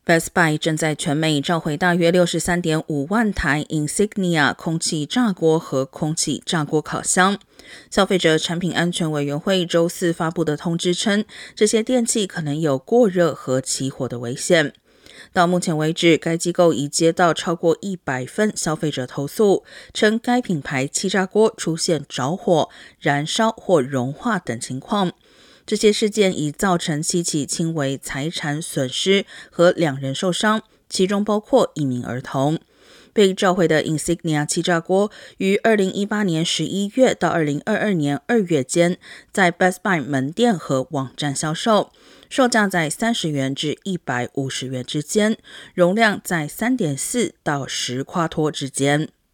Best Buy 正在全美召回大约63.5万台 Insignia 空气炸锅和空气炸锅烤箱。消费者产品安全委员会周四发布的通知称，这些电器可能有过热和起火的危险。到目前为止，该机构已接到超过100份消费者投诉，称该品牌气炸锅出现着火、燃烧或融化等情况。这些事件已造成7起轻微财产损失和2人受伤，其中包括1名儿童。被召回的 Insignia 气炸锅于2018年11月到2022年2月间在 Best Buy 门店和网站销售，售价在30元至150元之间，容量在3.4到10夸脱之间。